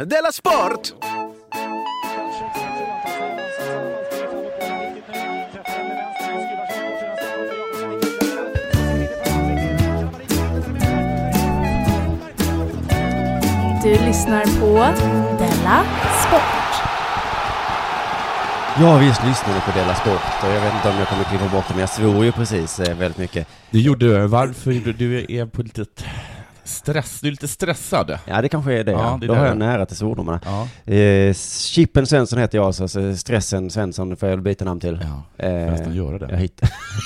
Della Sport! Du lyssnar på Della Sport. Ja, visst lyssnade på Della Sport och jag vet inte om jag kommer klippa bort det, men jag svor ju precis väldigt mycket. Det gjorde du. Varför? Du är på lite stress. Du är lite stressad. Ja, det kanske är det. Ja, det är då det. har jag nära till svordomarna. Ja. Chippen Svensson heter jag, så Stressen Svensson får jag byta namn till. Ja, nästan göra det. Jag hittar.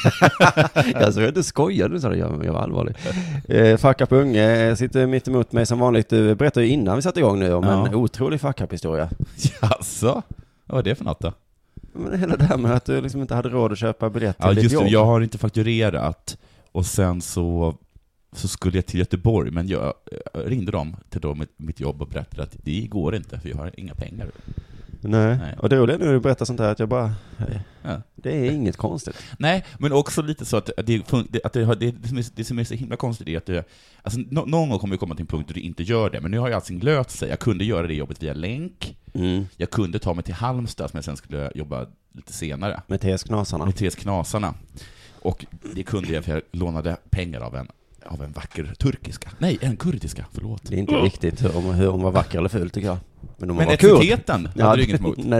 Jag såg inte skoja, du sa det. Jag var allvarlig. Fuck up unge sitter mitt emot mig som vanligt. Du berättade ju innan vi satte igång nu om en otrolig fuck up historia. Jaså? Vad är det för något då? Men hela det här med att du liksom inte hade råd att köpa biljetter till Ja, ditt just jobb. det. Jag har inte fakturerat. Och sen så skulle jag till Göteborg, men jag ringde dem till mitt jobb och berättade att det går inte, för jag har inga pengar. Nej. Och det är det när du berättar sånt här att jag bara... Ja. Det är inget konstigt. Nej, men också lite så att det som är så himla konstigt är att du, alltså, någon gång kommer vi komma till en punkt där du inte gör det, men nu har jag allting löst sig. Jag kunde göra det jobbet via länk. Jag kunde ta mig till Halmstad som jag sen skulle jobba lite senare. Med TS-knasarna. Med TS-knasarna. Och det kunde jag för jag lånade pengar av en vacker turkiska. Nej, en kurdiska, förlåt. Det är inte viktigt hur hon var vacker eller ful, tycker jag. Men etniciteten hade du inget emot. Nej,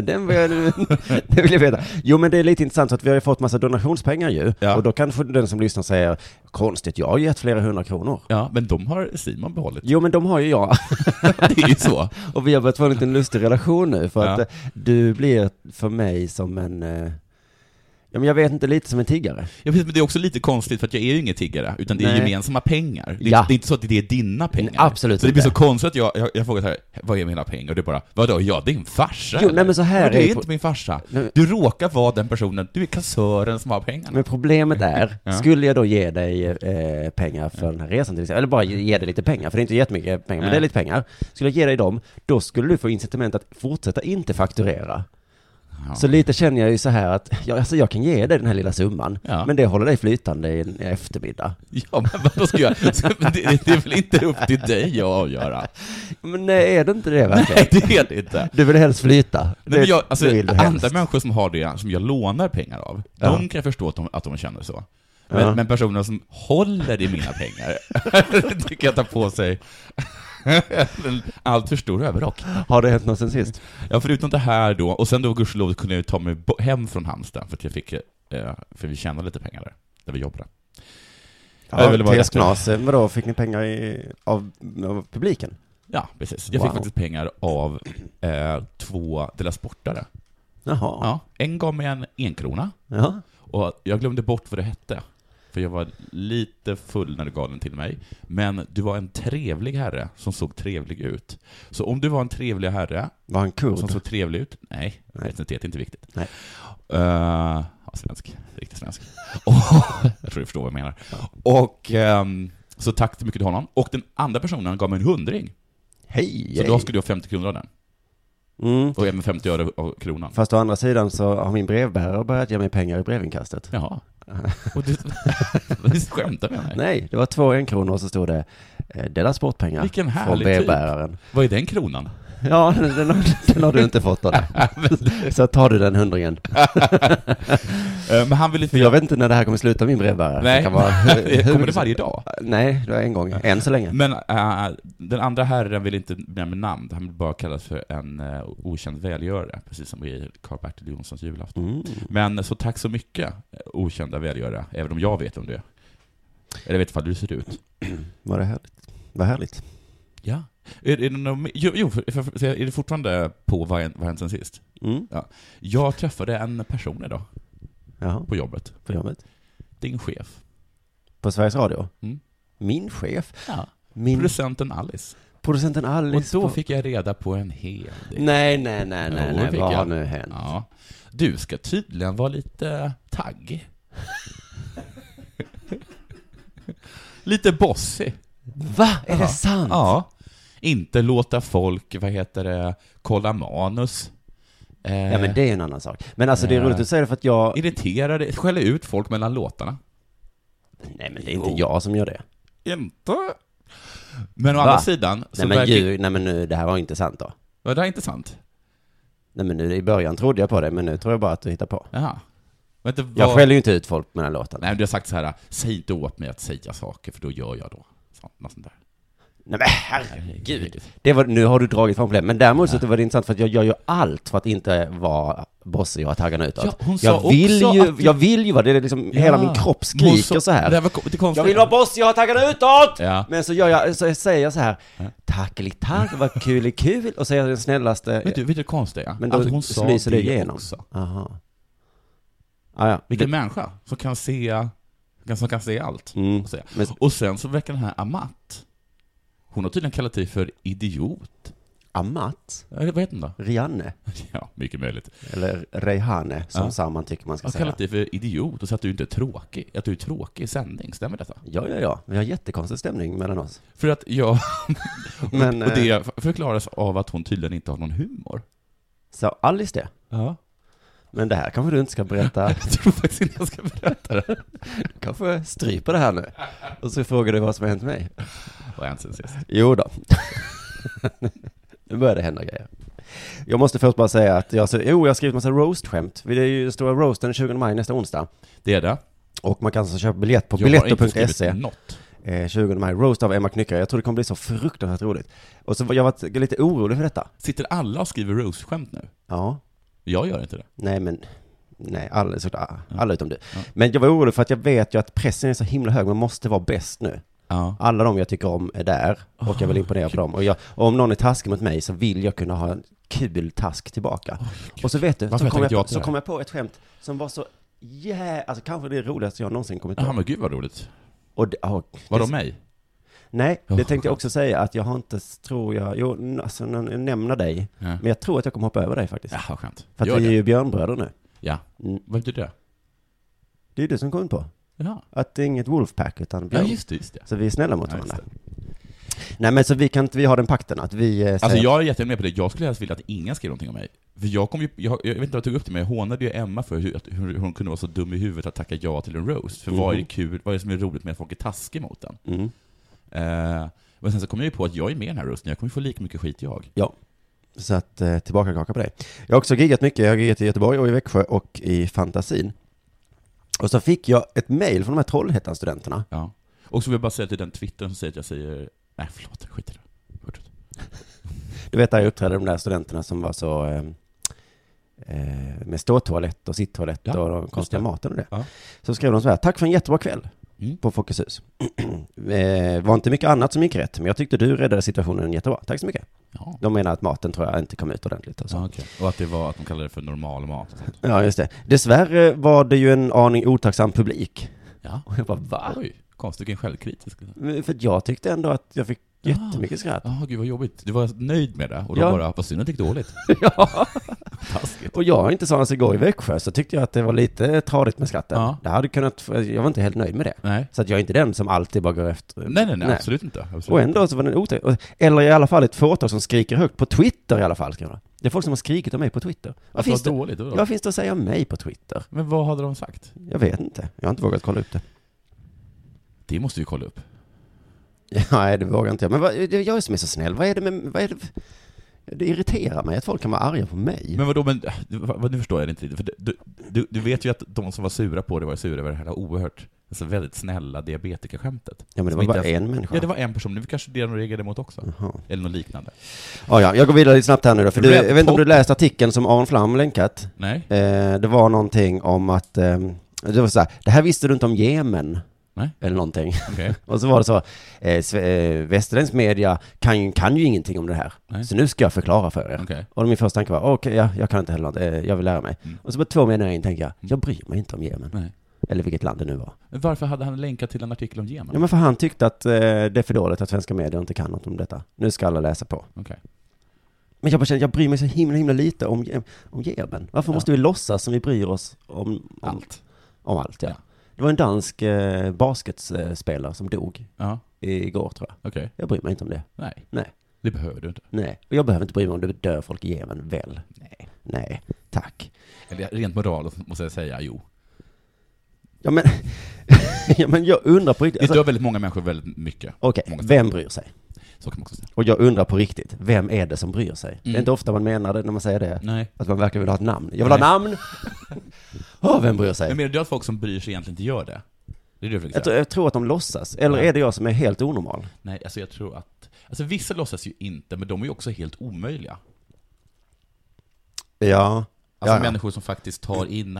det vill jag veta. Jo, men det är lite intressant så att vi har ju fått massa donationspengar ju. Ja. Och då kanske den som lyssnar säger, konstigt, jag har gett flera 100 kronor. Ja, men de har Simon behållit. Jo, men de har ju jag. Det är ju så. Och vi har börjat få en liten lustig relation nu. För att du blir för mig som en... Ja, men jag vet inte, lite som en tiggare. Ja, men det är också lite konstigt för att jag är ju ingen tiggare, utan det är gemensamma pengar. Det är inte så att det är dina pengar. Absolut. Så det blir så konstigt att jag frågar så här, vad är mina pengar? Och det är bara, vadå? Ja, det är en farsa. Jo, nej, men så här men det är inte min farsa. Nej. Du råkar vara den personen, du är kassören som har pengarna. Men problemet är, skulle jag då ge dig pengar för den här resan till exempel, eller bara ge dig lite pengar, för det är inte jättemycket pengar, men det är lite pengar. Skulle jag ge dig dem, då skulle du få incitament att fortsätta inte fakturera. Ja. Så lite känner jag ju så här att jag kan ge dig den här lilla summan, men det håller dig flytande i en eftermiddag. Ja, men vad ska jag? Det är väl inte upp till dig att avgöra. Men nej, är det inte det verkligen? Nej, det är det inte. Du vill helst flyta. Nej, men andra människor som har det, som jag lånar pengar av, de kan jag förstå att de känner så. Men personer som håller i mina pengar tycker jag tar på sig allt för stor överrock. Har det hänt något sen sist? Ja, förutom det här då. Och sen då gudskelov kunde jag ta mig hem från Halmstad för att jag fick, för vi tjänade lite pengar där vi jobbade. Ja, TS-knas, vadå, fick ni pengar av publiken? Ja, precis. Jag fick faktiskt pengar av 2 Della Sportare. Jaha. Ja, en gav mig en krona. Jaha. Och jag glömde bort vad det hette. För jag var lite full när du gav den till mig. Men du var en trevlig herre som såg trevlig ut. Så om du var en trevlig herre... Var han kurd? Som såg trevlig ut? Nej. Etnicitet är inte viktigt. Nej. Svensk. Riktigt svensk. Jag tror du förstår vad jag menar. Och så tack så mycket till honom. Och den andra personen gav mig en 100. Hej. Så då skulle du ha 50 kronor av den. Och även 50 öre av kronan. Fast å andra sidan så har min brevbärare börjat ge mig pengar i brevinkastet. Jaha. Och du skämtar med mig? Nej, det var 2 1-kronor och så stod det Della Sportpengar. Vilken härlig från brevbäraren. Typ. Vad är den kronan? Ja, den har du inte fått av det. Så tar du den 100. Men han vill inte... Jag vet inte när det här kommer sluta, min brevbärare. Nej, det kommer det varje dag? Nej, det var en gång, än så länge. Men den andra herren vill inte nämna namn. Han vill bara kallas för en okänd välgörare, precis som i Karl-Bertil Jonssons julafton. Men så tack så mycket, okända välgörare, även om jag vet om det. Eller vet ifall du ser ut. Var det härligt? Vad härligt. Ja. Är det fortfarande på vad hänt sen sist? Ja. Jag träffade en person idag. Jaha. På jobbet. På jobbet? Din chef. På Sveriges Radio? Min chef? Ja. Producenten Alice. Producenten Alice. Och då fick jag reda på en hel del. Nej, vad har nu hänt? Ja. Du ska tydligen vara lite taggig. Lite bossig. Va? Är det sant? Ja. Inte låta folk, kolla manus. Ja, men det är en annan sak. Men alltså det är roligt att säga det för att jag... Irriterade, skäller ut folk mellan låtarna. Nej, men det är inte jag som gör det. Inte? Men å andra sidan... Nej, men nu, det här var inte sant då. Var det intressant? Nej, men nu i början trodde jag på det, men nu tror jag bara att du hittar på. Jaha. Jag skäller ju inte ut folk med den här låten. Nej, men du har sagt så här, säg inte åt mig att säga saker, för då gör jag då. Något sånt där. Nej men herregud. Nu har du dragit fram problem. Men däremot så var det intressant för att jag gör ju allt för att inte vara bossig och ha taggarna utåt. Ja, jag vill ju vara det. Är liksom, hela min kropp skriker så här. Jag vill vara bossig och ha taggarna utåt! Ja. Men så säger jag så här, tackelitar, vad kul är kul. Och säger den snällaste. Vet du det konstiga? Men då hon lyser det igenom. Också. Aha. Ja. Vilken människa som kan se allt. Och sen så verkar den här Amat. Hon har tydligen kallat dig för idiot. Amat? Ja, vad heter hon då? Rihanna. Ja, mycket möjligt. Eller Rehane, som Samman tycker man ska säga. Jag har kallat dig för idiot och så att du inte är tråkig. Att du är tråkig i sändning, stämmer detta? Ja. Vi har jättekonstig stämning mellan oss. För att jag... Men, och det förklaras av att hon tydligen inte har någon humor. Så Alice det? Ja. Men det här kanske du inte ska berätta. Jag tror faktiskt inte jag ska berätta det. Du kanske stryper det här nu. Och så frågar du vad som har hänt mig. Vad hänt sen sist? Jo då. Nu börjar det hända grejer. Jag måste först bara säga att jag har skrivit massa roast-skämt. Det är ju stora roasten 20 maj nästa onsdag. Det är det. Och man kan alltså köpa biljett på biljetto.se. 20 maj, roast av Emma Knyckare. Jag tror det kommer bli så fruktansvärt roligt. Och så jag var lite orolig för detta. Sitter alla och skriver roast-skämt nu? Ja. Jag gör inte det. Nej, alla utom du. Ja. Men jag var orolig för att jag vet ju att pressen är så himla hög. Man måste vara bäst nu. Ja. Alla de jag tycker om är där. Och jag vill imponera på dem. Och om någon är taskig mot mig så vill jag kunna ha en kul task tillbaka. Och så vet du, så kom jag på ett skämt som var så alltså kanske det roligaste jag någonsin kommit på. Ja, men gud vad roligt. Var det mig? Nej, det tänkte jag också säga att jag har inte, tror jag, jag nämner dig. Ja. Men jag tror att jag kommer hoppa över dig faktiskt. Ja, skönt. För att vi är ju björnbröder nu. Ja, vad betyder det? Det är du som kom på. Ja. Att det är inget Wolfpack utan björn. Ja, just det. Så vi är snälla mot varandra. Nej, men så vi har den pakten att vi alltså jag är jättegärna med på det. Jag skulle helst vilja att ingen skrev någonting om mig. För jag vet inte vad jag tog upp det med. Jag hånade ju Emma för hur hon kunde vara så dum i huvudet att tacka ja till en roast. För vad är det kul, vad är det som är roligt med att folk är taskiga mot den? Men sen så kom jag ju på att jag är med i den här roasten. Jag kommer få lika mycket skit jag. Ja, så att tillbaka kaka på det. Jag har också giggat mycket. Jag har giggat i Göteborg och i Växjö och i Fantasin. Och så fick jag ett mejl från de här Trollhättan-studenterna. Ja. Och så vill jag bara säga till den Twittern som säger att jag säger nej, förlåt, skit i det. Du vet, där jag uppträdde de där studenterna som var så med ståtoalett och sitttoalett och de konstiga maten och det. Ja. Så skrev de så här: tack för en jättebra kväll på Folkets hus. Var inte mycket annat som gick rätt, men jag tyckte du räddade situationen jättebra. Tack så mycket. Ja. De menar att maten tror jag inte kom ut ordentligt. Och, så. Okay. Och att det var att de kallade det för normal mat. Ja, just det. Dessvärre var det ju en aning otacksam publik. Ja. Och jag bara, va? Oj, konstigt, en självkritisk. För jag tyckte ändå att jag fick jättemycket skratt. Ja, gud vad jobbigt. Du var nöjd med det och då bara, vad synd att det gick dåligt. Ja. Och jag har inte sådana igår i Växjö, så tyckte jag att det var lite tradigt med skratten. Ja. Det hade kunnat, jag var inte helt nöjd med det. Nej. Så att jag är inte den som alltid bara går efter. Nej, absolut inte. Absolut. Och ändå så var den otäck. Eller i alla fall ett fåtal som skriker högt på Twitter i alla fall. Det är folk som har skrikit om mig på Twitter. Vad finns det att säga om mig på Twitter? Men vad hade de sagt? Jag vet inte. Jag har inte vågat kolla upp det. Det måste vi kolla upp. Nej, det vågar inte jag. Men jag är som är så snäll. Vad är det? Det irriterar mig att folk kan vara arga på mig. Men nu förstår jag det inte. För du vet ju att de som var sura på det var sura över det här oerhört, alltså väldigt snälla diabetikerskämtet. Ja, men det var bara en människa. Ja, det var en person. Nu kanske det de reagerade mot också. Eller något liknande. Ja, jag går vidare lite snabbt här nu då. För jag vet inte om du läste artikeln som Aron Flam länkat. Nej. Det var någonting om att det var så här, det här visste du inte om Jemen. Nej. Eller någonting. Okay. Och så var det så, västerländsk media kan ju ingenting om det här. Nej. Så nu ska jag förklara för er. Okay. Och min första tanke var, jag kan inte heller något, jag vill lära mig. Och så på 2 meningar in tänker jag bryr mig inte om Jemen. Nej. Eller vilket land det nu var. Men varför hade han länkat till en artikel om Jemen? Ja, men för han tyckte att det är för dåligt att svenska medier inte kan något om detta. Nu ska alla läsa på. Okay. Men jag bara känner, jag bryr mig så himla lite om Jemen. Varför måste vi låtsas som vi bryr oss om allt? Om allt, ja. Det var en dansk basketspelare som dog igår, tror jag. Okay. Jag bryr mig inte om det. Nej. Det behöver du inte. Nej, och jag behöver inte bry mig om det dör folk i Jemen, väl? Nej, tack. Eller rent moral måste jag säga, jo. Ja, men jag undrar på riktigt. Det dör väldigt många människor väldigt mycket. Okej, vem bryr sig? Så kan man också säga. Och jag undrar på riktigt, vem är det som bryr sig? Det är inte ofta man menar det när man säger det. Nej. Att man verkligen vill ha ett namn. Jag vill ha namn! Vem bryr sig? Men menar du att folk som bryr sig egentligen inte gör det? Det är det jag tror att de låtsas. Eller är det jag som är helt onormal? Nej, alltså jag tror att... Alltså vissa låtsas ju inte, men de är ju också helt omöjliga. Ja. Alltså människor som faktiskt tar in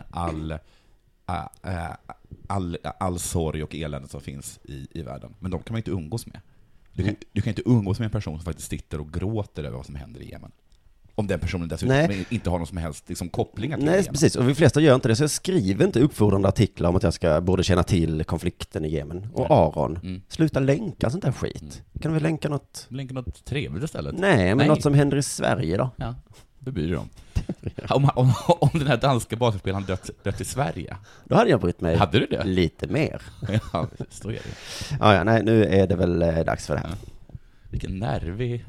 all sorg och elände som finns i världen. Men de kan man inte umgås med. Du kan inte umgås med en person som faktiskt sitter och gråter över vad som händer i Jemen. Om den personen dessutom inte har någon som helst liksom, kopplingar till Jemen. Nej, precis. Och de flesta gör inte det. Så jag skriver inte uppfordrande artiklar om att jag borde känna till konflikten i Jemen. Och Aron, sluta länka sånt där skit. Kan vi länka något? Länka något trevligt istället? Nej, men något som händer i Sverige då. Ja, det bryr du om. Om den här danska basketspelaren dött i Sverige. Då hade jag brytt mig. Hade du det? Lite mer. Ja, så är det. Ja, nej, nu är det väl dags för det här. Ja. Vilken nervig...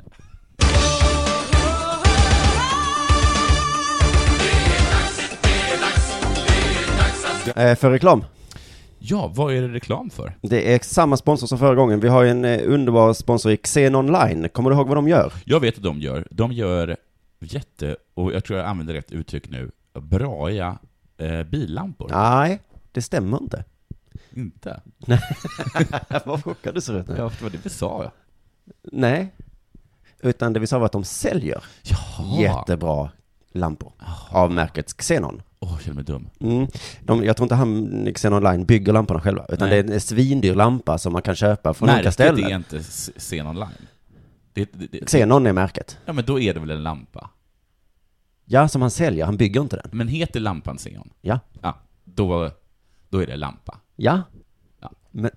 För reklam. Ja, vad är det reklam för? Det är samma sponsor som förra gången. Vi har ju en underbar sponsor i Xen Online. Kommer du ihåg vad de gör? Jag vet att de gör. De gör och jag tror jag använder rätt uttryck nu, braiga billampor. Nej, det stämmer inte. Inte? Nej. Vad chockad du ser ut nu. Ja, det var det vi sa. Ja. Nej. Utan det vi sa var att de säljer jättebra lampor av märket Xenon. Jag känner mig dum. Jag tror inte han Xen Online bygger lamporna själva, utan det är en svindyr lampa som man kan köpa från olika ställen. Märket är inte Xen Online. Xenon är märket. Ja, men då är det väl en lampa? Ja, som han säljer. Han bygger inte den. Men heter lampan Xenon? Ja. Ja, då är det lampa. Ja. Ja. Men,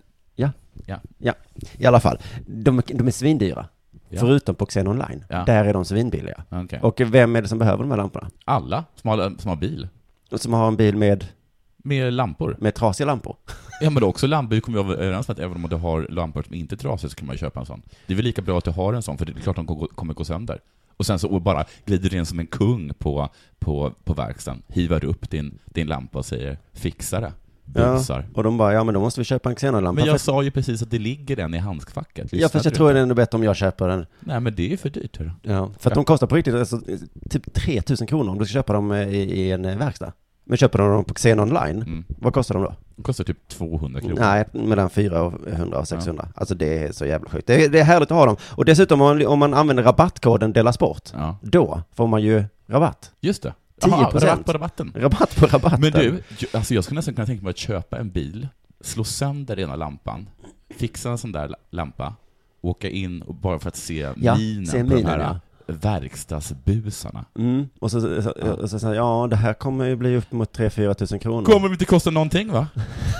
ja. I alla fall. De är svindyra. Ja. Förutom på Xen Online. Ja. Där är de svinbilliga. Okay. Och vem är det som behöver de här lamporna? Alla som har bil. Och som har en bil med lampor. Med trasiga lampor. Ja, men också lampor kommer jag överens med att även om du har lampor som inte är trasiga så kan man köpa en sån. Det är väl lika bra att du har en sån, för det är klart att de kommer gå sönder. Och sen så bara glider du in som en kung på verkstaden, hivar upp din lampa och säger fixa det. Busar. Ja, och de bara, men då måste vi köpa en Xenon-lampa. Men jag sa ju precis att det ligger den i handskfacket. Ja, fast jag tror det är ändå bättre om jag köper den. Nej, men det är för dyrt. Ja, för att de kostar på riktigt alltså, typ 3 000 kronor om du ska köpa dem i en verkstad. Men köper de dem på Xen Online, vad kostar de då? De kostar typ 200 kronor. Nej, mellan 400 och 600. Ja. Alltså det är så jävla sjukt. Det är härligt att ha dem. Och dessutom om man använder rabattkoden Della Sport, då får man ju rabatt. Just det. 10%. Rabatt på rabatten. Rabatt på rabatten. Men du, alltså jag skulle nästan kunna tänka mig att köpa en bil, slå sönder ena lampan, fixa en sån där lampa, åka in och bara för att se minen på de här verkstadsbusarna. Och så säger jag, det här kommer ju bli upp mot 3-4 000 kronor. Kommer det inte kosta någonting, va?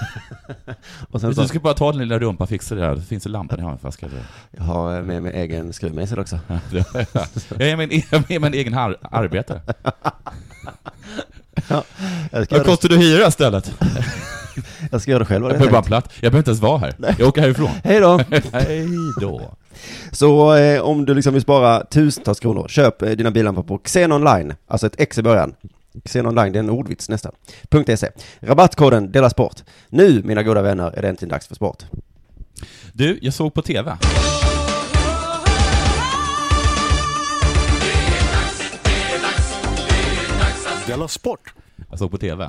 Och sen du ska bara ta den lilla rumpa och fixa det här. Det finns en lampa i handflaskan. Jag har med mig egen skruvmejsel också. Jag är med en egen arbetare. Vad kostar du hyra stället? Jag ska göra det själv. Jag behöver bara platt. Jag behöver inte ens vara här. Nej. Jag åker härifrån. Hej då. Hej då. Så om du liksom vill spara tusentals kronor, köp dina billampor på Xen Online. Alltså ett X i början. Xen Online, det är en ordvits nästan. .se. Rabattkoden Della Sport. Nu, mina goda vänner, är det äntligen dags för sport. Du, jag såg på TV. Della Sport. Jag såg på TV.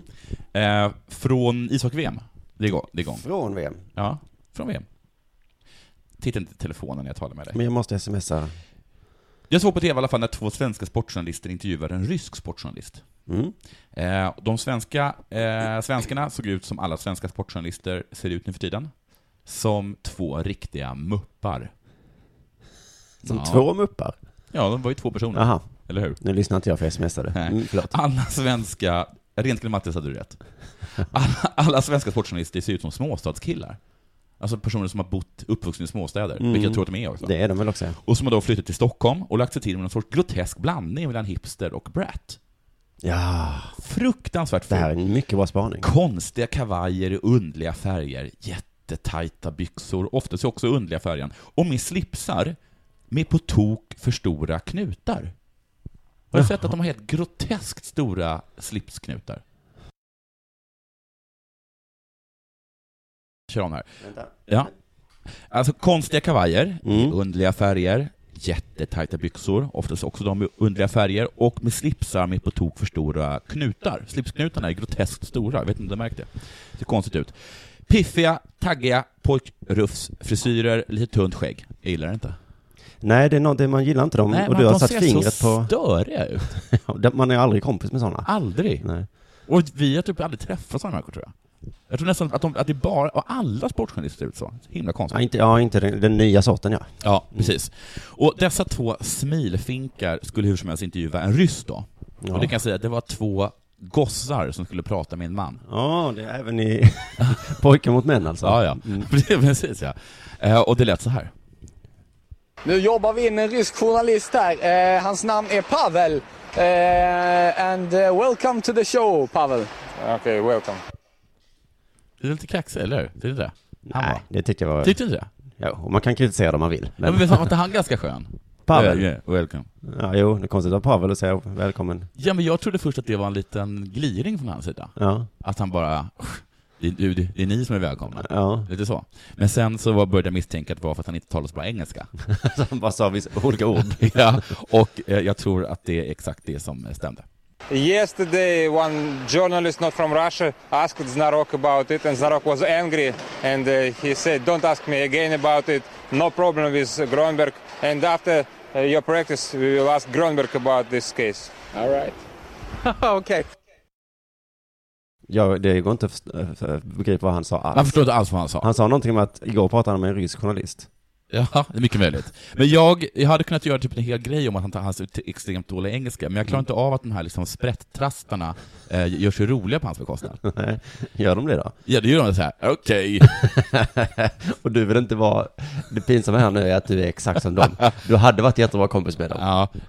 Från ishockey-VM. Det är igång. Från VM? Ja, från VM. Titta inte i telefonen när jag talar med dig. Men jag måste smsa. Jag såg på TV i alla fall när 2 svenska sportjournalister intervjuade en rysk sportjournalist. De svenskarna såg ut som alla svenska sportjournalister ser ut nu för tiden. Som 2 riktiga muppar. Som 2 muppar? Ja, de var ju 2 personer. Aha. Eller hur? Nu lyssnar inte jag för smsade. Alla svenska, rent grammatiskt hade du rätt. Alla svenska sportjournalister ser ut som småstadskillar. Alltså personer som har uppvuxna i småstäder, vilket jag tror att de är också. Det är de väl också. Och som har då flyttat till Stockholm och lagt sig till med någon sorts grotesk blandning mellan hipster och brat. Ja. Fruktansvärt. Det här är en mycket bra spaning. Konstiga kavajer i underliga färger, jättetajta byxor, oftast också underliga färger. Och med slipsar med på tok för stora knutar. Har du sett att de har helt groteskt stora slipsknutar? Kör om här. Vänta. Ja. Alltså konstiga kavajer i underliga färger, jättetajta byxor, oftast också de med underliga färger, och med slipsar med på tok för stora knutar. Slipsknutarna är groteskt stora, jag vet inte om du märkte det. Det ser konstigt ut. Piffiga, taggiga pojkrufsfrisyrer, lite tunt skägg. Jag gillar det inte. Nej, det är något man gillar inte dem. Nej, och du har satt fingret på... så störiga ut. Man är aldrig kompis med sådana. Aldrig. Nej. Och vi har typ aldrig träffat sådana människor, tror jag. Jag tror nästan att det bara... Och alla sportjournalister ut så. Himla konstigt. Inte den nya sorten, ja. Ja, precis. Och dessa två smilfinkar skulle hur som helst intervjua en ryss då. Ja. Och det kan jag säga att det var två gossar som skulle prata med en man. Ja, det är även i pojkar mot män alltså. Ja. Precis, ja. Och det lät så här. Nu jobbar vi in en rysk journalist här. Hans namn är Pavel. And welcome to the show, Pavel. Okay, welcome. Det är lite kaxig, eller? Det är det. Nej, det tyckte jag var... Tyckte du inte det? Ja, och man kan kritisera om man vill. Men vet man att han är ganska skön? Pavel? Yeah, welcome. Ja, jo, det är konstigt av Pavel att säga välkommen. Ja, men jag trodde först att det var en liten gliring från hans sida. Ja. Att han bara... Det är ni som är välkomna. Ja. Lite så. Men sen så började jag misstänka att det var för att han inte talade så bra engelska. Så han bara sa olika ord. Ja, och jag tror att det är exakt det som stämde. Yesterday, one journalist not from Russia asked Znarok about it, and Znarok was angry, and he said, "Don't ask me again about it. No problem with Grönberg. And after your practice, we will ask Grönberg about this case." All right. Okay. Ja, det går inte att begripa vad han sa alls. Man förstår inte alls vad han sa. Han sa någonting om att igår pratade han med en rysk journalist. Ja, det är mycket möjligt. Men jag hade kunnat göra typ en hel grej om att han har så extremt dålig engelska, men jag klarar inte av att de här liksom sprätttrastarna gör sig roliga på hans bekostnad. Nej, gör de det då? Ja, det gör de så här. Okej. Och du vill inte vara... Det pinsamma här nu är att du är exakt som dem. Du hade varit jättebra kompis med dem.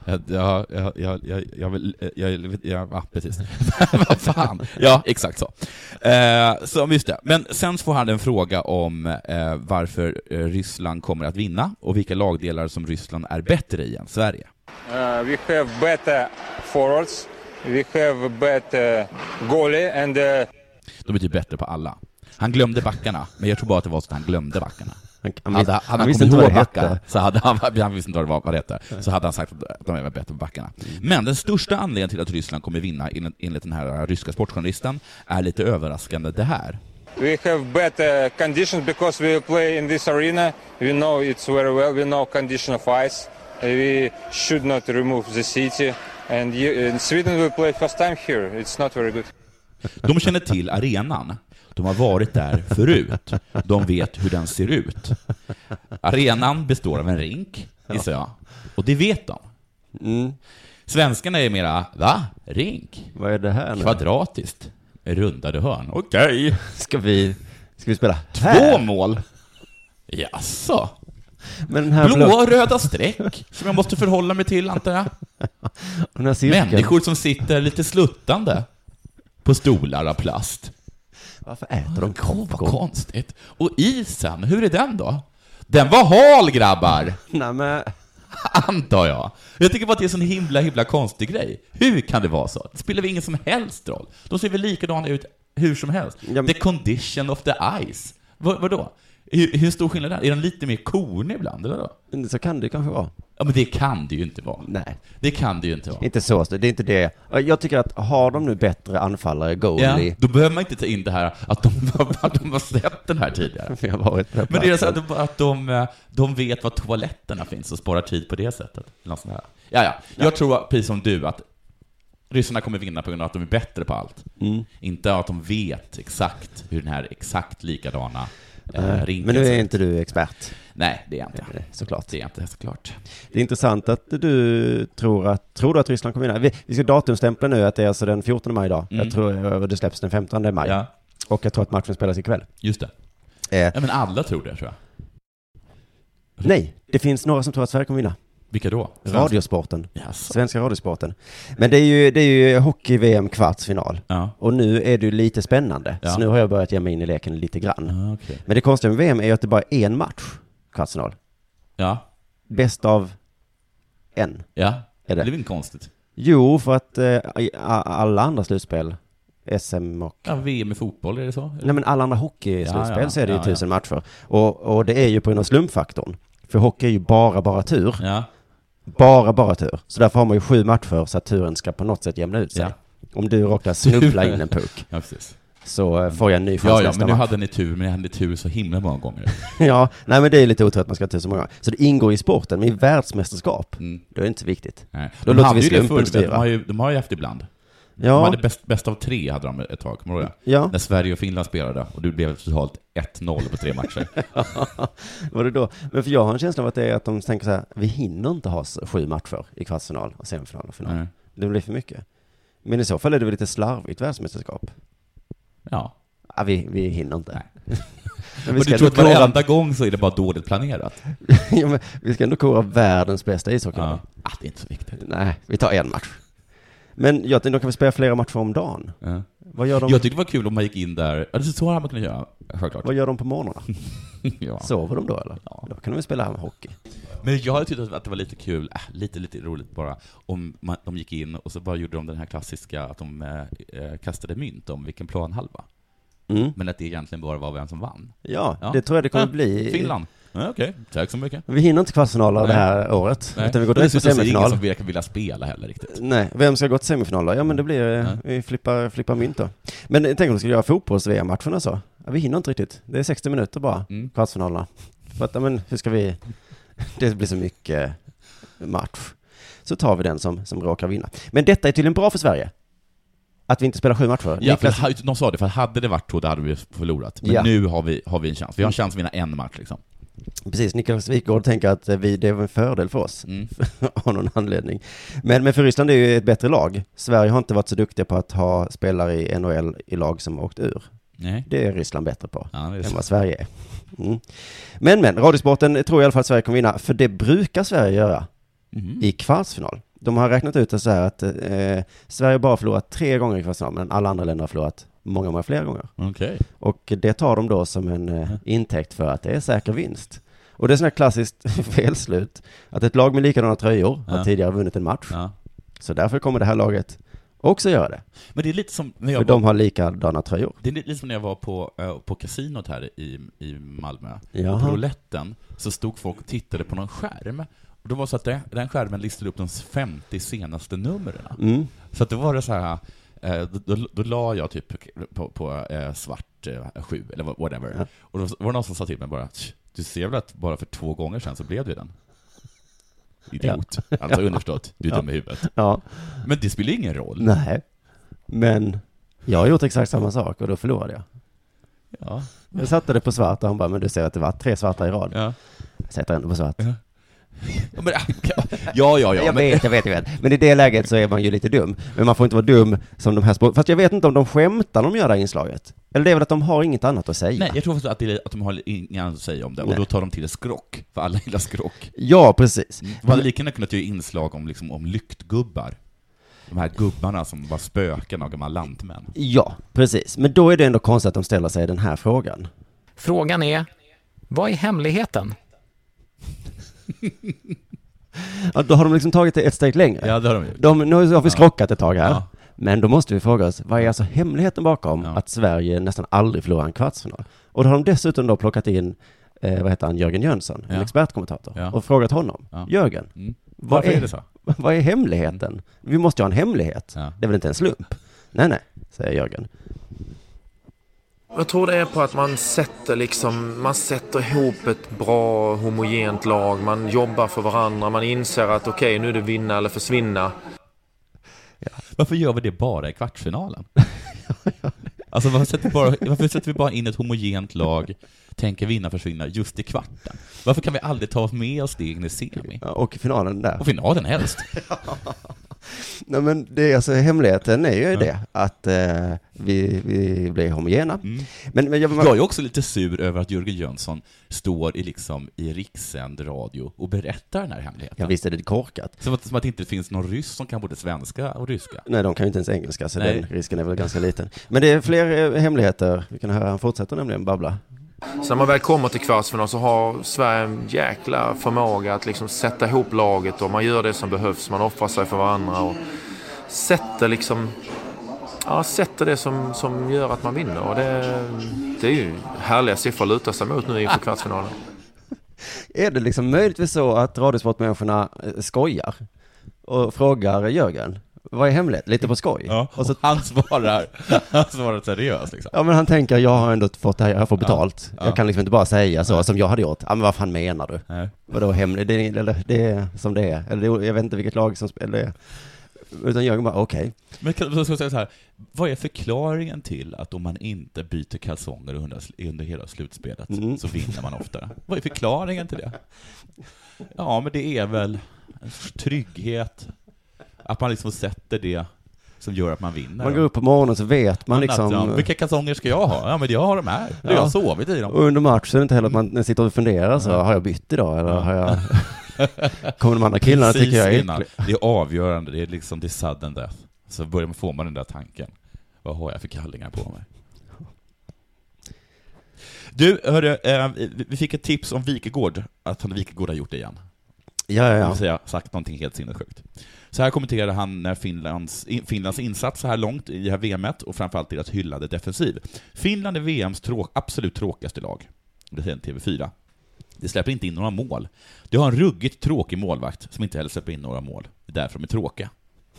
Ja, precis. Vad fan? Ja, exakt så. Så just det. Men sen får han en fråga om varför Ryssland kommer att vinna och vilka lagdelar som Ryssland är bättre i än Sverige. We have better forwards, we have better goalie, and... De är typ bättre på alla. Han glömde backarna, men jag tror bara att det var så att han glömde backarna. Han visste inte vad det hette. Så hade han visste inte vad det hette. Så hade han sagt att de är bättre på backarna. Men den största anledningen till att Ryssland kommer vinna enligt den här ryska sportjournalisten är lite överraskande det här. We have better conditions because we play in this arena. We know it's very well. We know condition of ice. We should not remove the city. And in Sweden we play first time here. It's not very good. De känner till arenan. De har varit där förut. De vet hur den ser ut. Arenan består av en rink, gissar jag. Och det vet de. Mm. Svenskarna är mera, va? Rink? Vad är det här nu? Kvadratiskt. Rundade hörn. Okej. Ska vi spela 2 mål? Jaså? Men den här blå och röda streck som jag måste förhålla mig till, antar jag. Människor som sitter lite sluttande på stolar av plast. Varför äter de vad konstigt. Och isen, hur är den då? Den var hal, grabbar. Nej, men... Antar jag. Jag tycker bara att det är en så himla konstig grej. Hur kan det vara så? Det spelar väl ingen som helst roll. De ser väl likadana ut hur som helst. Ja, men... The condition of the ice. Vadå? Hur stor skillnad är det? Är den lite mer kornig ibland, eller då? Så kan det kanske vara. Ja, men det kan det ju inte vara. Nej. Det kan det ju inte vara. Inte så, det är inte det. Jag tycker att har de nu bättre anfallare, goalie... Ja, då behöver man inte ta in det här att de har sett den här tidigare. Vi har varit på men det är så att de vet var toaletterna finns och sparar tid på det sättet. Ja. Jag tror precis som du att ryssarna kommer vinna på grund av att de är bättre på allt. Mm. Inte att de vet exakt hur den här exakt likadana rinken. Men nu är inte du expert. Nej, det är jag inte. Såklart. Det är inte såklart. Det är intressant att du tror att Ryssland kommer vinna. Vi ska datumstämpla nu att det är alltså den 14 maj idag. Jag tror det släpps den 15 maj. Ja. Och jag tror att matchen spelas ikväll. Just det. Ja, men alla tror det, tror jag. Nej, det finns några som tror att Sverige kommer vinna. Vilka då? Radiosporten. Yes. Svenska radiosporten. Men det är ju hockey-VM kvartsfinal. Ja. Och nu är det ju lite spännande. Ja. Så nu har jag börjat ge mig in i leken lite grann. Okay. Men det konstiga med VM är ju att det bara är en match. Kvartsfinal. Ja. Bäst av en. Ja. Är det? Det är väl inte konstigt. Jo, för att alla andra slutspel SM och... Ja, VM i fotboll, är det så? Nej, men alla andra hockeyslutspel så är det ju 1000 matcher. Och det är ju på grund av slumpfaktorn. För hockey är ju bara tur. Ja. Bara tur. Så därför har man ju 7 matcher så att turen ska på något sätt jämna ut sig. Ja. Om du råkar snubbla in en puck. Ja, precis. Så får jag en ny chans nästa men nu match. hade ni tur, men jag hade tur så himla många gånger. Ja, nej men det är lite otur att man ska ha tur så många gånger. Så det ingår i sporten, men i världsmästerskap, då är det inte så viktigt. Nej. Då låter vi slumpen styra. De har ju haft ibland. Ja. De hade bäst av 3 hade de ett tag, kommer du ihåg det? Ja. När Sverige och Finland spelade, och det blev totalt 1-0 på 3 matcher. Var det då? Men för jag har en känsla av att det är att de tänker så här, vi hinner inte ha 7 matcher i kvartsfinal och semifinal och final. Det blir för mycket. Men i så fall är det väl lite slarvigt världsmästerskap. Ja. Ja, vi hinner inte. Nej. Men och du tror att varenda gång så är det bara dåligt planerat. Ja, men vi ska ändå kora världens bästa ishockey. Ja. Det är inte så viktigt. Nej, vi tar en match. Men jag tänkte, då kan vi spela flera matcher om dagen. Ja. Vad gör de? Jag tyckte det var kul om man gick in där. Så hade man kunnat göra, självklart. Vad gör de på morgnarna? Ja. Sover de då, eller? Ja. Då kan de väl spela hockey. Men jag tyckte att det var lite kul, lite roligt bara, om de gick in och så bara gjorde de den här klassiska att de kastade mynt om vilken planhalva. Men att det egentligen bara var vem som vann. Ja, det tror jag det kommer bli. Finland. Ja, okej. Tack så mycket. Vi hinner inte kvartsfinaler det här året. Nej. Utan vi går direkt till semifinal. Det är ingen som verkar vilja spela heller riktigt. Nej, vem ska gå till semifinal då? Ja, men det blir, vi flippar mynt då. Men tänk om vi skulle göra fotbolls-VM-matcherna så. Ja, vi hinner inte riktigt. Det är 60 minuter bara, kvartsfinalerna. För att, men hur ska vi... Det blir så mycket match. Så tar vi den som råkar vinna. Men detta är tydligen bra för Sverige. Att vi inte spelar 7 matcher. Ja, för de sa det, för hade det varit så, då hade vi förlorat. Men nu har vi en chans. Vi har en chans att vinna en match liksom. Precis, Niklas Wikgård tänker att det är en fördel för oss av någon anledning. Men för Ryssland är ju ett bättre lag. Sverige har inte varit så duktiga på att ha spelare i NHL i lag som åkt ur. Nej. Det är Ryssland bättre på än vad Sverige är. Men Radiosporten tror i alla fall att Sverige kommer vinna, för det brukar Sverige göra i kvartsfinal. De har räknat ut det så här att Sverige bara förlorat 3 gånger i kvartsfinal, men alla andra länder har förlorat många fler gånger. Okay. Och det tar de då som en intäkt för att det är säker vinst. Och det är sån här klassiskt felslut, att ett lag med likadana tröjor har tidigare vunnit en match. Ja. Så därför kommer det här laget också göra det. Men det är lite som när jag för de har likadana tröjor. Det är lite som när jag var på kasinot här i Malmö. Jaha. Och på rouletten så stod folk och tittade på någon skärm. Och då var det så att den skärmen listade upp de 50 senaste numren. Så att då var det så här, då la jag typ på svart 7 eller whatever. Ja. Och då var det någon som sa till mig bara, du ser väl att bara för 2 gånger sedan så blev det den. Idiot. Ja. Alltså underförstått, du är dum i huvudet. Ja. Men det spelar ingen roll. Nej. Men jag har gjort exakt samma sak och då förlorade jag. Ja. Jag satte det på svart och han bara, men du ser att det var 3 svarta i rad. Ja. Jag sätter ändå på svart. Ja. Jag vet. Men i det läget så är man ju lite dum. Men man får inte vara dum som de här fast jag vet inte om de skämtar när de gör det här inslaget. Eller det är väl att de har inget annat att säga. Nej, jag tror att de har inget annat att säga om det. Och då tar de till ett skrock. För alla gillar skrock. Ja, precis. Man hade lika gärna kunnat göra inslag om lyktgubbar. De här gubbarna som var spöken av gamla lantmän. Ja, precis. Men då är det ändå konstigt att de ställer sig den här frågan. Frågan är, vad är hemligheten? Ja, då har de liksom tagit det ett steg längre. Ja, det har de gjort. Nu har vi skrockat ett tag här. Ja. Men då måste vi fråga oss, vad är alltså hemligheten bakom att Sverige nästan aldrig förlorar en kvartsfinal? Och då har de dessutom då plockat in, Jörgen Jönsson, en expertkommentator, och frågat honom, Jörgen, vad är hemligheten? Vi måste ju ha en hemlighet. Ja. Det är väl inte en slump? Nej, säger Jörgen. Jag tror det är på att man sätter ihop ett bra homogent lag. Man jobbar för varandra. Man inser att okej, nu är det vinna eller försvinna. Ja. Varför gör vi det bara i kvartsfinalen? Alltså varför sätter vi bara in ett homogent lag, tänker vinna försvinna just i kvarten? Varför kan vi aldrig ta oss med oss stegen i semi? Ja, och finalen där. Och finalen helst. Nej, men det är alltså hemligheten är ju det att vi blir homogena. Men jag är också lite sur över att Jörgen Jönsson står i rikssänd radio och berättar den här hemligheten. Ja, visst är det korkat. Som att det inte finns någon ryss som kan både svenska och ryska. Nej, de kan ju inte ens engelska, så den risken är väl ganska liten. Men det är fler hemligheter. Vi kan höra, han fortsätter nämligen babbla. Så när man väl kommer till kvartsfinal så har Sverige en jäkla förmåga att liksom sätta ihop laget, och man gör det som behövs. Man offrar sig för varandra och sätter sätter det som gör att man vinner. Och det är ju härliga siffror att luta sig mot nu inför kvartsfinalen. Är det liksom möjligtvis så att radiosportmänniskorna skojar och frågar Jörgen, vad är hemligt? Lite på skoj. Ja, och så han svarar seriöst liksom. Ja, men han tänker, jag har ändå fått det här, jag får betalt. Ja. Jag kan liksom inte bara säga så som jag hade gjort. Ja, men vad fan menar du? Nej. Vadå hemligt? Det är som det är. Eller jag vet inte vilket lag som spelar det. Utan Jörgen bara, okej. Men så ska jag säga så här, vad är förklaringen till att om man inte byter kalsonger under hela slutspelet så vinner man oftare? Vad är förklaringen till det? Ja, men det är väl en trygghet. Att man liksom sätter det som gör att man vinner. Man går upp på morgonen så vet man liksom... vilka kalsonger ska jag ha? Ja, men jag har de här. Jag har sovit i dem. Och under matchen är det inte heller att man sitter och funderar så, har jag bytt idag? Eller har jag... Kommer de andra killarna tycker jag är innan. Det är avgörande, det är liksom det sudden death. Så får man den där tanken. Vad har jag för kallingar på mig? Du, hörru, vi fick ett tips om Wikegård. Att Wikegård har gjort det igen. Ja. Det vill säga, sagt någonting helt sinnessjukt. Så här kommenterade han Finlands insats så här långt i det här VM:et och framförallt deras hyllade defensiv. Finland är VMs absolut tråkigaste lag. Det säger TV4. Det släpper inte in några mål. Det har en ruggigt tråkig målvakt som inte heller släpper in några mål. Det är därför de är tråkiga.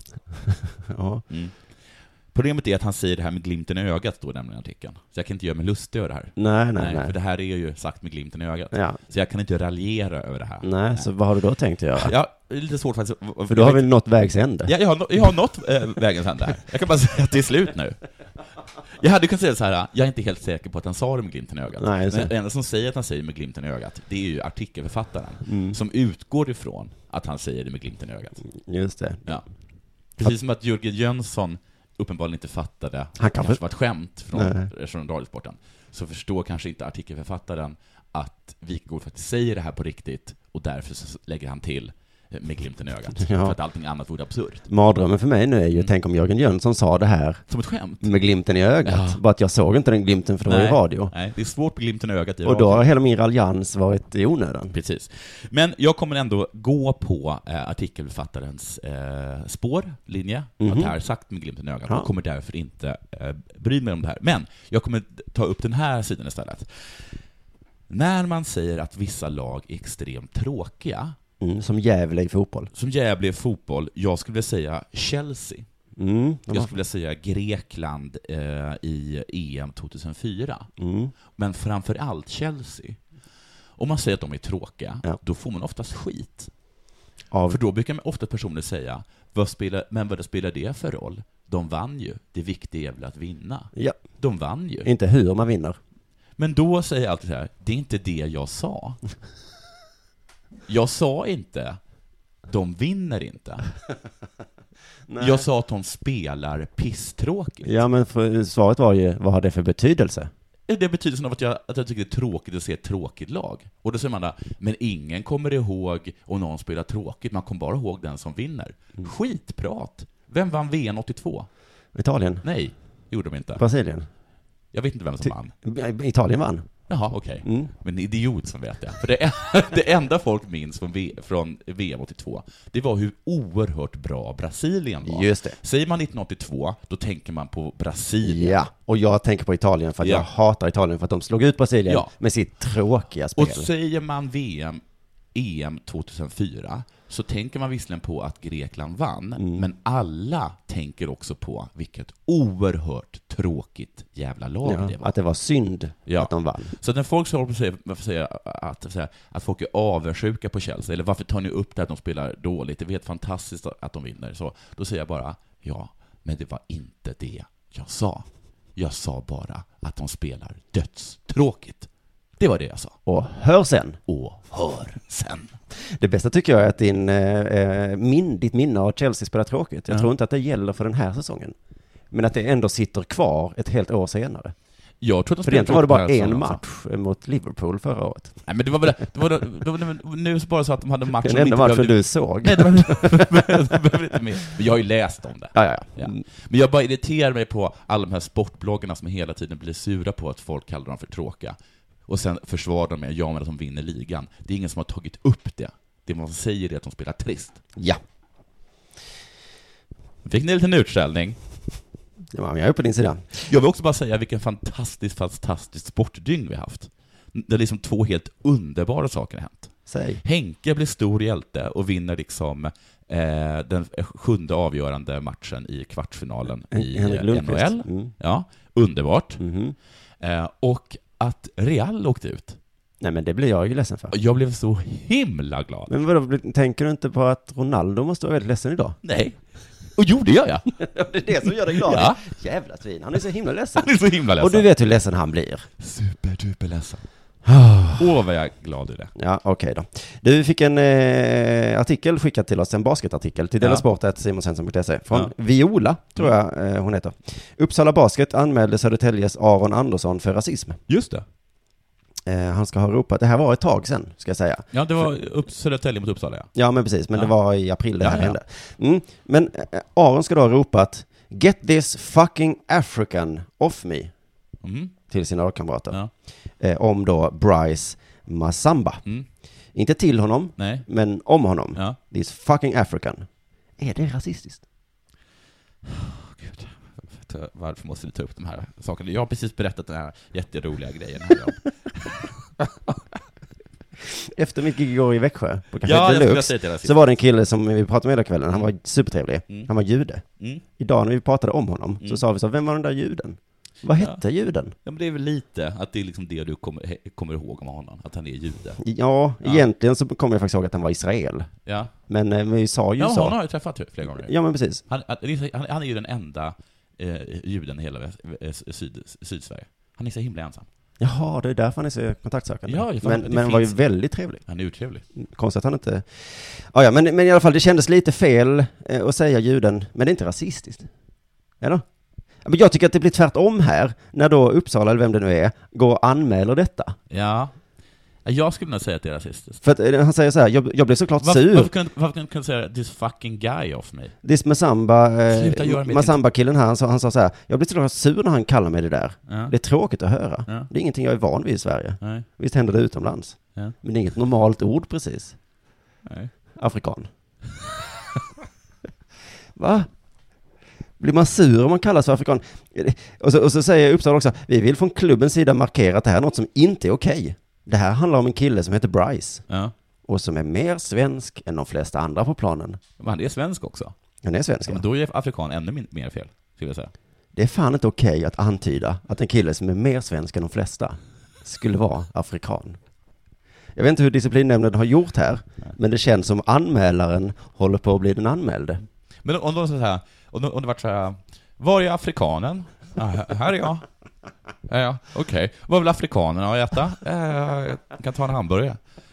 Ja. Problemet är att han säger det här med glimten i ögat, står nämligen i artikeln. Så jag kan inte göra mig lustig över det här. Nej. För det här är ju sagt med glimten i ögat. Ja. Så jag kan inte raljera över det här. Nej, så vad har du då tänkt göra? Ja, det är lite svårt faktiskt. För då har vi nått vägs ände. Ja, jag har nått vägens ände här. Jag kan bara säga att det är slut nu. Jag hade kunnat säga så här, jag är inte helt säker på att han sa det med glimten i ögat. Nej, men det enda som säger att han säger med glimten i ögat, det är ju artikelförfattaren som utgår ifrån att han säger det med glimten i ögat. Just det. Ja. Precis som att Jörgen Jönsson uppenbarligen inte fattade han kanske var ett skämt från radiosporten, så förstår kanske inte artikelförfattaren att Wikegård faktiskt säger det här på riktigt, och därför så lägger han till med glimten i ögat. För att allting annat vore absurt. Mardrömmen för mig nu är ju, tänk om Jörgen Jönsson sa det här som ett skämt med glimten i ögat. Ja. Bara att jag såg inte den glimten för det var i radio. Nej, det är svårt med glimten i ögat i radio. Och då har hela min raljans varit i onödan. Precis. Men jag kommer ändå gå på artikelförfattarens linje. Att det här är sagt med glimten i ögat. Jag kommer därför inte bry mig om det här. Men jag kommer ta upp den här sidan istället. När man säger att vissa lag är extremt tråkiga, som Gävle i fotboll. Som Gävle i fotboll. Jag skulle vilja säga Chelsea. Jag skulle vilja säga Grekland i EM 2004. Men framförallt Chelsea. Om man säger att de är tråkiga, då får man oftast skit. För då brukar man ofta personer säga, vad spelar det för roll? De vann ju. Det viktiga är väl att vinna. Ja. De vann ju. Inte hur man vinner. Men då säger jag alltid så här, det är inte det jag sa. Jag sa inte, de vinner inte. Jag sa att de spelar pisstråkigt. Ja, men svaret var ju, vad har det för betydelse? Det är betydelsen av att jag tycker det är tråkigt att se ett tråkigt lag. Och då säger man men ingen kommer ihåg om någon spelar tråkigt. Man kommer bara ihåg den som vinner. Skitprat. Vem vann VM 82? Italien? Nej, gjorde de inte. Brasilien? Jag vet inte vem som vann. Italien vann. Jaha, okej. Men idiot som vet det. För det enda folk minns från VM 82, det var hur oerhört bra Brasilien var. Just det. Säger man 1982, då tänker man på Brasilien. Ja, och jag tänker på Italien för att jag hatar Italien för att de slog ut Brasilien med sitt tråkiga spel. Och säger man EM 2004, så tänker man visserligen på att Grekland vann, men alla tänker också på vilket oerhört tråkigt jävla lag det var. Att det var synd att de vann. Så när folk säger att folk är avundsjuka på Chelsea, eller varför tar ni upp det att de spelar dåligt, det vet fantastiskt att de vinner, så då säger jag bara, men det var inte det jag sa. Jag sa bara att de spelar dödstråkigt. Det var det jag sa. Och hör sen. Det bästa tycker jag är att ditt minne av Chelsea spelar tråkigt. Jag tror inte att det gäller för den här säsongen. Men att det ändå sitter kvar ett helt år senare. Jag tror att för egentligen var det bara en match mot Liverpool förra året. Nej, men det var nu bara så att de hade en match. Den enda matchen du såg. Nej, men jag har ju läst om det. Ja. Men jag bara irriterar mig på alla de här sportbloggarna som hela tiden blir sura på att folk kallar dem för tråkiga. Och sen försvarar de med men att de vinner ligan. Det är ingen som har tagit upp det. Det man säger är att de spelar trist. Ja. Fick ni en liten utställning? Ja, jag är på din sida. Jag vill också bara säga vilken fantastisk sportdygn vi har haft. Det är liksom 2 helt underbara saker har hänt. Säg. Henke blir stor hjälte och vinner liksom den 7:e avgörande matchen i kvartsfinalen i NHL. Ja, underbart. Och att Real åkte ut. Nej, men det blir jag ju ledsen för. Jag blev så himla glad. Men vadå, tänker du inte på att Ronaldo måste vara väldigt ledsen idag? Nej. Och jo, det gör jag. Det är det som gör dig glad. Ja. Jävla svin. Han är så himla ledsen. Han är så himla ledsen. Och du vet hur ledsen han blir. Superduper ledsen. Vad jag är glad i det. Ja, okej då. Du fick en artikel skickad till oss, en basketartikel till delasport@simonsensson.se från Viola, tror jag hon heter. Uppsala Basket anmälde Södertäljes Aron Andersson för rasism. Just det. Han ska ha ropat, det här var ett tag sedan, ska jag säga. Ja, det var Södertälje mot Uppsala, ja. Ja, men precis, men det var i april det här hände. Men Aron ska då ha ropat "Get this fucking African off me" till sina lagkamrater. Om då Bryce Masamba. Inte till honom, men om honom. This fucking African. Är det rasistiskt? Gud. Varför måste vi ta upp de här sakerna? Jag har precis berättat den här jätteroliga grejen här. Efter mitt gig igår i Växjö på Café Deluxe, så var det en kille som vi pratade med hela kvällen. Han var supertrevlig. Han var jude. Idag när vi pratade om honom så sa vi så, vem var den där juden? Vad hette juden? Ja, men det är väl lite att det är liksom det du kommer ihåg om honom, att han är jude. Ja, egentligen så kommer jag faktiskt ihåg att han var Israel. Ja. Men vi sa ju så. Ja, han har ju träffat flera gånger. Ja, men precis. Han är ju den enda juden i hela Sydsverige. Han är så himla ensam. Jaha, det är därför han är så kontaktsökande. Ja, men han var ju väldigt trevlig. Han är otrevlig. Konstigt att han inte... Ja, men i alla fall, det kändes lite fel att säga juden, men det är inte rasistiskt. Eller? Men jag tycker att det blir tvärtom här, när då Uppsala, eller vem det nu är, går och anmäler detta. Ja. Jag skulle nog säga att det är rasistiskt. För att han säger så här, jag blev såklart sur. Varför kan du säga this fucking guy off me? This Masamba-killen här, han sa så här, jag blir såklart sur när han kallar mig det där. Ja. Det är tråkigt att höra. Ja. Det är ingenting jag är van vid i Sverige. Nej. Visst händer det utomlands. Ja. Men det är inget normalt ord precis. Nej. Afrikan. Va? Blir man sur om man kallas för afrikan? Och så säger Uppsala också, vi vill från klubbens sida markera att det här är något som inte är okej. Det här handlar om en kille som heter Bryce. Ja. Och som är mer svensk än de flesta andra på planen. Men han är svensk också. Han är svensk, ja. Men då är afrikan ännu mer fel, skulle jag säga. Det är fan inte okej att antyda att en kille som är mer svensk än de flesta skulle vara afrikan. Jag vet inte hur disciplinnämnden har gjort här, men det känns som anmälaren håller på att bli den anmälde. Men om det var så här, var är afrikanen? Här är jag. Ja, okej. Vad vill afrikanerna att äta? Jag kan ta en hamburgare.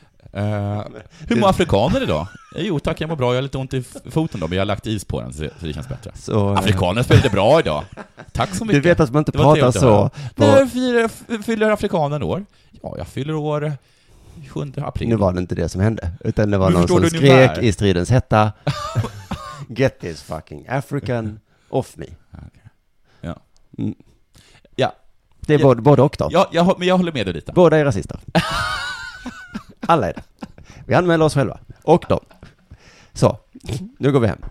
Hur mår afrikaner idag? Jo tack, jag mår bra. Jag har lite ont i foten då, men jag har lagt is på den så det känns bättre. Afrikaner spelade bra idag. Tack så mycket. Du vet att man inte pratar så. När fyller afrikanen år? Ja, jag fyller år 7 april. Nu var det inte det som hände, utan det var någon som skrek i stridens hetta. Get this fucking African off me. Okay. Ja. Ja. Det är både och då. Ja, men jag håller med dig lite. Båda är rasister. Alla är det. Vi anmäler oss själva. Och då. Så, nu går vi hem.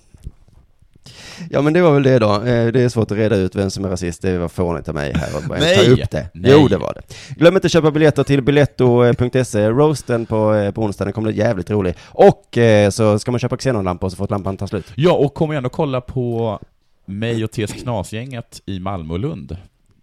Ja, men det var väl det då. Det är svårt att reda ut vem som är rasist. Det var fånigt av mig här och bara ta upp det. Nej. Jo, det var det. Glöm inte att köpa biljetter till biletto.se. Roasten på onsdagen kommer bli jävligt rolig. Och så ska man köpa xenonlampor så får lampan ta slut. Ja, och kom igen och kolla på mig och TS Knasgänget i Malmö och Lund.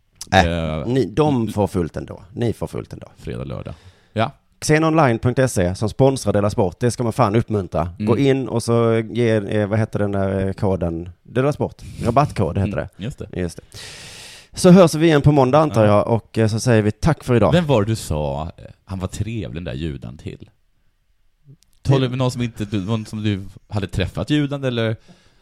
De får fullt ändå. Ni får fullt ändå. Fredag, lördag. Ja. Xenonline.se som sponsrar Dela Sport, det ska man fan uppmuntra. Gå in och så ge, vad heter den där koden? Dela Sport. Rabattkod heter det. Just det. Så hörs vi igen på måndag antar jag, och så säger vi tack för idag. Vem var du sa, han var trevlig den där juden till? Talar vi någon som du hade träffat juden eller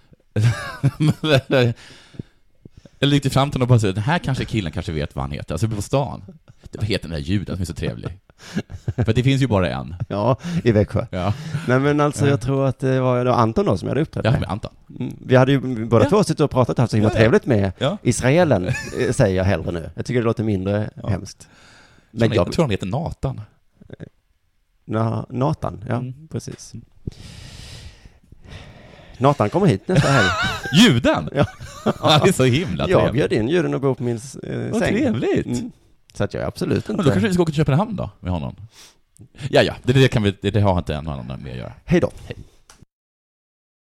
eller gick du fram till någon och bara sa, den här killen kanske vet vad han heter, alltså på stan. Vad heter den där juden som är så trevlig? För det finns ju bara en. Ja, i Växjö. Ja. Nej, men alltså jag tror att det var Anton då som jag hade uppträtt med. Ja, med Anton. Vi hade ju båda två suttit och pratat och haft så himla trevligt med Israelen, säger jag hellre nu. Jag tycker det låter mindre hemskt. Men jag tror han heter Nathan. Nathan, ja, precis. Nathan kommer hit nästa helg. Juden? Ja. Han är så himla trevlig. Jag bjöd in Juden och bo på min säng. Vad trevligt. Så att jag är absolut inte... Då kanske vi ska åka till Köpenhamn då, med honom. Ja, det har inte en annan med att göra. Hej då. Hej.